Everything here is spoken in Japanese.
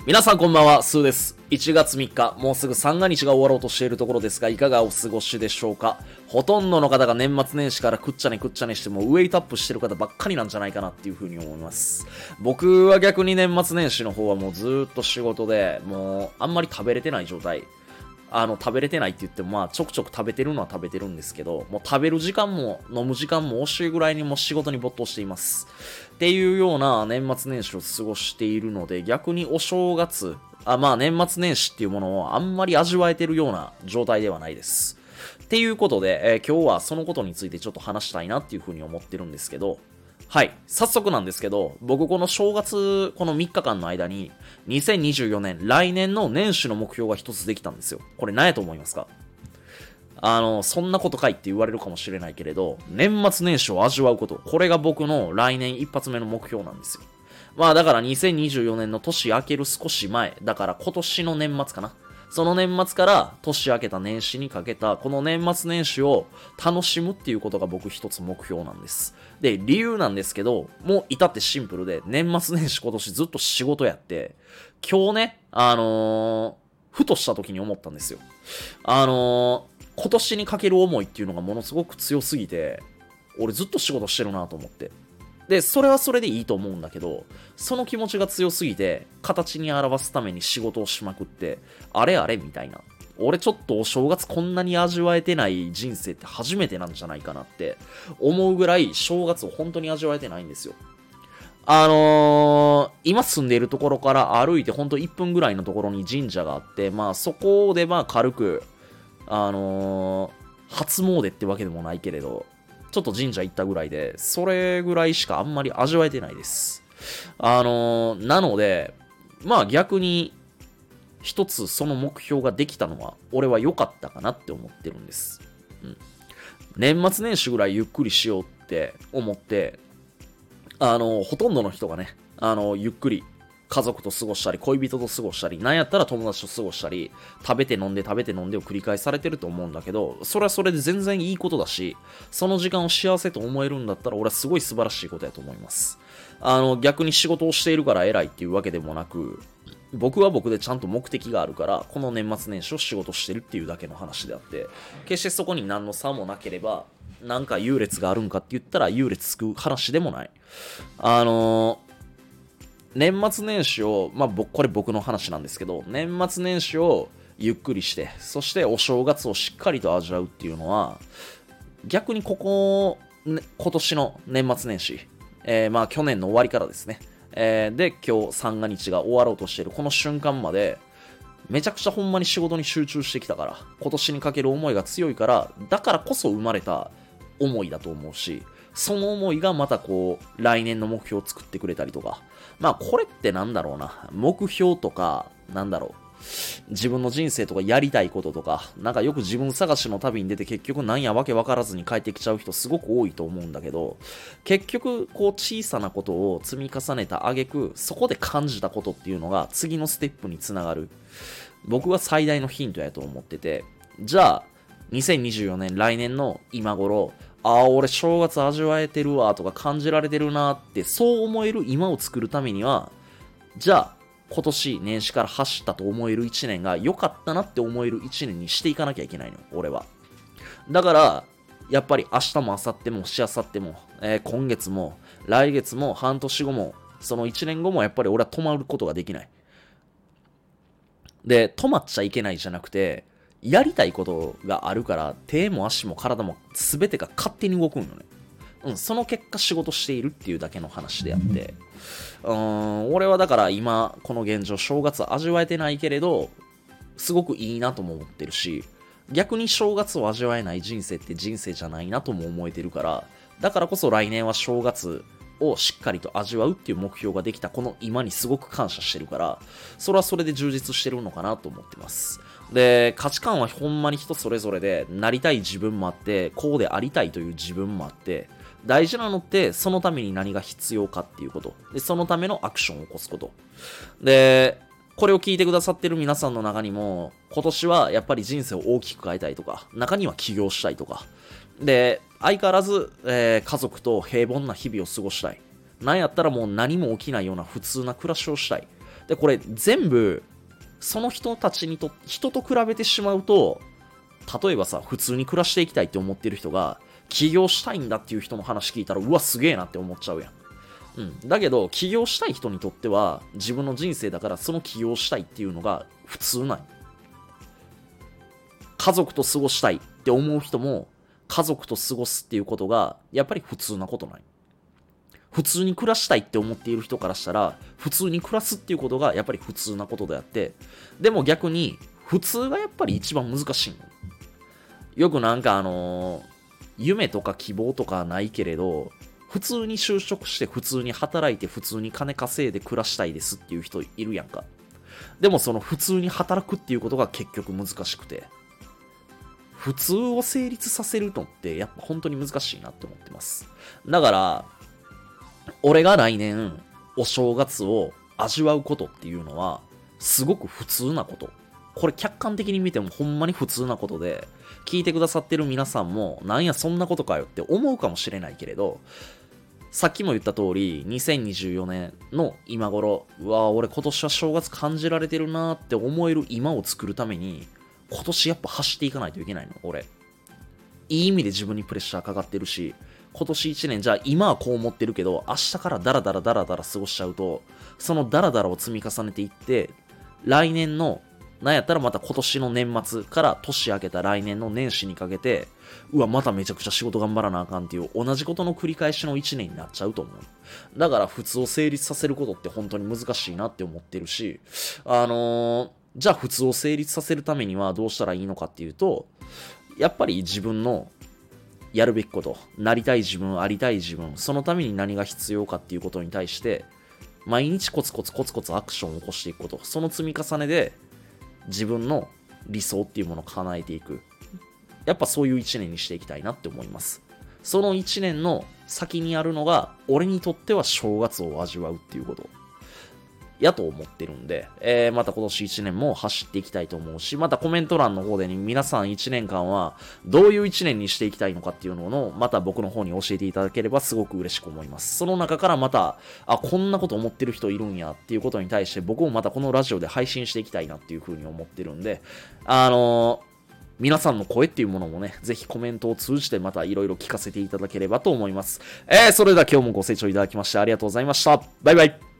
皆さんこんばんは、スーです。1月3日、もうすぐ三が日が終わろうとしているところですが、いかがお過ごしでしょうか。ほとんどの方が年末年始からくっちゃねしてもウェイトアップしてる方ばっかりなんじゃないかなっていう風に思います。僕は逆に年末年始の方はもうずーっと仕事で、もうあんまり食べれてない状態。食べれてないって言っても、まあ、ちょくちょく食べてるのは食べてるんですけど、もう食べる時間も飲む時間も惜しいぐらいにもう仕事に没頭しています。っていうような年末年始を過ごしているので、逆にお正月、まあ年末年始っていうものをあんまり味わえてるような状態ではないです。っていうことで、今日はそのことについてちょっと話したいなっていうふうに思ってるんですけど、はい。早速なんですけど、僕この正月、この3日間の間に、2024年、来年の年始の目標が一つできたんですよ。これ何やと思いますか？そんなことかいって言われるかもしれないけれど、年末年始を味わうこと。これが僕の来年一発目の目標なんですよ。まあだから2024年の年明ける少し前、だから今年の年末かな。その年末から年明けた年始にかけた、この年末年始を楽しむっていうことが僕一つ目標なんです。で、理由なんですけど、もう至ってシンプルで、年末年始今年ずっと仕事やって、今日ね、ふとした時に思ったんですよ。今年にかける思いっていうのがものすごく強すぎて、俺ずっと仕事してるなと思って。で、それはそれでいいと思うんだけど、その気持ちが強すぎて、形に表すために仕事をしまくって、あれあれみたいな。俺ちょっとお正月こんなに味わえてない人生って初めてなんじゃないかなって思うぐらい正月を本当に味わえてないんですよ。今住んでいるところから歩いてほんと1分ぐらいのところに神社があって、まあそこでまあ軽く、初詣ってわけでもないけれど、ちょっと神社行ったぐらいで、それぐらいしかあんまり味わえてないです。なので、まあ逆に、一つその目標ができたのは、俺は良かったかなって思ってるんです。うん。年末年始ぐらいゆっくりしようって思って、ほとんどの人がね、ゆっくり家族と過ごしたり、恋人と過ごしたり、なんやったら友達と過ごしたり、食べて飲んでを繰り返されてると思うんだけど、それはそれで全然いいことだし、その時間を幸せと思えるんだったら、俺はすごい素晴らしいことやと思います。逆に仕事をしているから偉いっていうわけでもなく、僕は僕でちゃんと目的があるから、この年末年始を仕事してるっていうだけの話であって、決してそこに何の差もなければ、なんか優劣があるんかって言ったら優劣つく話でもない。年末年始を、まあこれ僕の話なんですけど、年末年始をゆっくりして、そしてお正月をしっかりと味わうっていうのは、逆に今年の年末年始、まあ去年の終わりからですね、で今日三が日が終わろうとしているこの瞬間まで、めちゃくちゃほんまに仕事に集中してきたから、今年にかける思いが強いから、だからこそ生まれた思いだと思うし、その思いがまたこう、来年の目標を作ってくれたりとか、まあこれってなんだろうな、目標とか、なんだろう、自分の人生とかやりたいこととか、なんかよく自分探しの旅に出て結局なんやわけわからずに帰ってきちゃう人すごく多いと思うんだけど、結局こう小さなことを積み重ねた挙句、そこで感じたことっていうのが次のステップにつながる。僕は最大のヒントやと思ってて、じゃあ、2024年来年の今頃、俺正月味わえてるわとか感じられてるなってそう思える今を作るためには、じゃあ今年年始から走ったと思える1年が良かったなって思える1年にしていかなきゃいけないの、俺は。だから、やっぱり明日も明後日もしあさっても、今月も来月も半年後もその1年後もやっぱり俺は止まることができない。で、止まっちゃいけないじゃなくて、やりたいことがあるから、手も足も体も全てが勝手に動くんよね。その結果仕事しているっていうだけの話であって、俺はだから今、この現状、正月味わえてないけれど、すごくいいなとも思ってるし、逆に正月を味わえない人生って人生じゃないなとも思えてるから、だからこそ来年は正月をしっかりと味わうっていう目標ができたこの今にすごく感謝してるから、それはそれで充実してるのかなと思ってます。で、価値観はほんまに人それぞれで、なりたい自分もあって、こうでありたいという自分もあって、大事なのってそのために何が必要かっていうこと。で、そのためのアクションを起こすこと。で、これを聞いてくださってる皆さんの中にも、今年はやっぱり人生を大きく変えたいとか、中には起業したいとか、で、相変わらず、家族と平凡な日々を過ごしたい。なんやったらもう何も起きないような普通な暮らしをしたい。 で、これ全部、その人たち人と比べてしまうと、例えばさ、普通に暮らしていきたいって思ってる人が、起業したいんだっていう人の話聞いたら、うわ、すげえなって思っちゃうやん。うん。だけど、起業したい人にとっては、自分の人生だから、その起業したいっていうのが普通ない。家族と過ごしたいって思う人も、家族と過ごすっていうことが、やっぱり普通なことない。普通に暮らしたいって思っている人からしたら、普通に暮らすっていうことがやっぱり普通なことであって、でも逆に、普通がやっぱり一番難しい。よくなんか夢とか希望とかないけれど、普通に就職して普通に働いて普通に金稼いで暮らしたいですっていう人いるやんか。でもその普通に働くっていうことが結局難しくて、普通を成立させるのってやっぱ本当に難しいなって思ってます。だから、俺が来年お正月を味わうことっていうのはすごく普通なこと。これ客観的に見てもほんまに普通なことで、聞いてくださってる皆さんもなんやそんなことかよって思うかもしれないけれど、さっきも言った通り2024年の今頃、うわ俺今年は正月感じられてるなーって思える今を作るために、今年やっぱ走っていかないといけないの、俺。いい意味で自分にプレッシャーかかってるし、今年1年じゃあ今はこう思ってるけど、明日からダラダラダラダラ過ごしちゃうと、そのダラダラを積み重ねていって、来年の、なんやったらまた今年の年末から年明けた来年の年始にかけて、うわ、まためちゃくちゃ仕事頑張らなあかんっていう同じことの繰り返しの1年になっちゃうと思う。だから普通を成立させることって本当に難しいなって思ってるし、じゃあ普通を成立させるためにはどうしたらいいのかっていうと、やっぱり自分のやるべきこと、なりたい自分、ありたい自分、そのために何が必要かっていうことに対して、毎日コツコツコツコツアクションを起こしていくこと、その積み重ねで自分の理想っていうものを叶えていく。やっぱそういう一年にしていきたいなって思います。その一年の先にあるのが、俺にとっては正月を味わうっていうこと。やと思ってるんで、また今年1年も走っていきたいと思うし、またコメント欄の方でね、皆さん1年間はどういう1年にしていきたいのかっていうのを、また僕の方に教えていただければすごく嬉しく思います。その中からまた、こんなこと思ってる人いるんやっていうことに対して僕もまたこのラジオで配信していきたいなっていう風に思ってるんで、皆さんの声っていうものもね、ぜひコメントを通じてまたいろいろ聞かせていただければと思います。それでは今日もご清聴いただきましてありがとうございました。バイバイ。